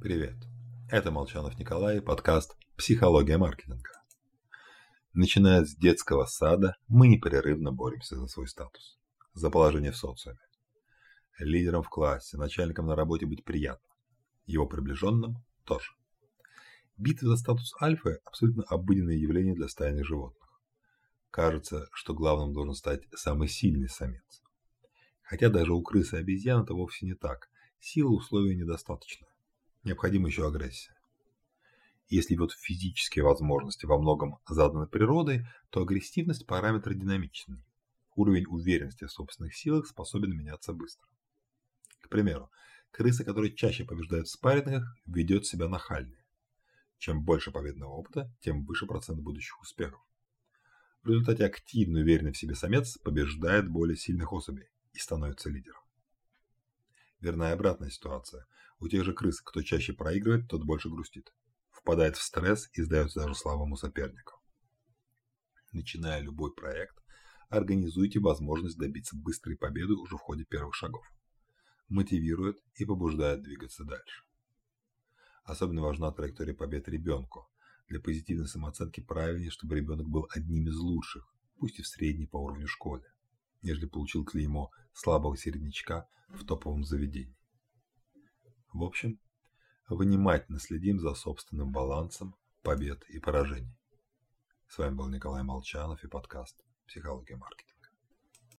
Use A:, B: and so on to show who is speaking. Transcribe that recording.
A: Привет. Это Молчанов Николай и подкаст «Психология маркетинга». Начиная с детского сада, мы непрерывно боремся за свой статус, за положение в социуме. Лидером в классе, начальником на работе быть приятно. Его приближенным тоже. Битва за статус альфы – абсолютно обыденное явление для стайных животных. Кажется, что главным должен стать самый сильный самец. Хотя даже у крыс и обезьян это вовсе не так. Силы условия недостаточно. Необходима еще агрессия. Если вот физические возможности во многом заданы природой, то агрессивность – параметр динамичный. Уровень уверенности в собственных силах способен меняться быстро. К примеру, крыса, которая чаще побеждает в спаррингах, ведет себя нахальнее. Чем больше победного опыта, тем выше процент будущих успехов. В результате активный, уверенный в себе самец побеждает более сильных особей и становится лидером. Верна и обратная ситуация. У тех же крыс, кто чаще проигрывает, тот больше грустит. Впадает в стресс и сдается даже слабому сопернику. Начиная любой проект, организуйте возможность добиться быстрой победы уже в ходе первых шагов. Мотивирует и побуждает двигаться дальше. Особенно важна траектория побед ребенку. Для позитивной самооценки правильнее, чтобы ребенок был одним из лучших, пусть и в средней по уровню школе, нежели получил клеймо слабого середнячка в топовом заведении. В общем, внимательно следим за собственным балансом побед и поражений. С вами был Николай Молчанов и подкаст «Психология маркетинга».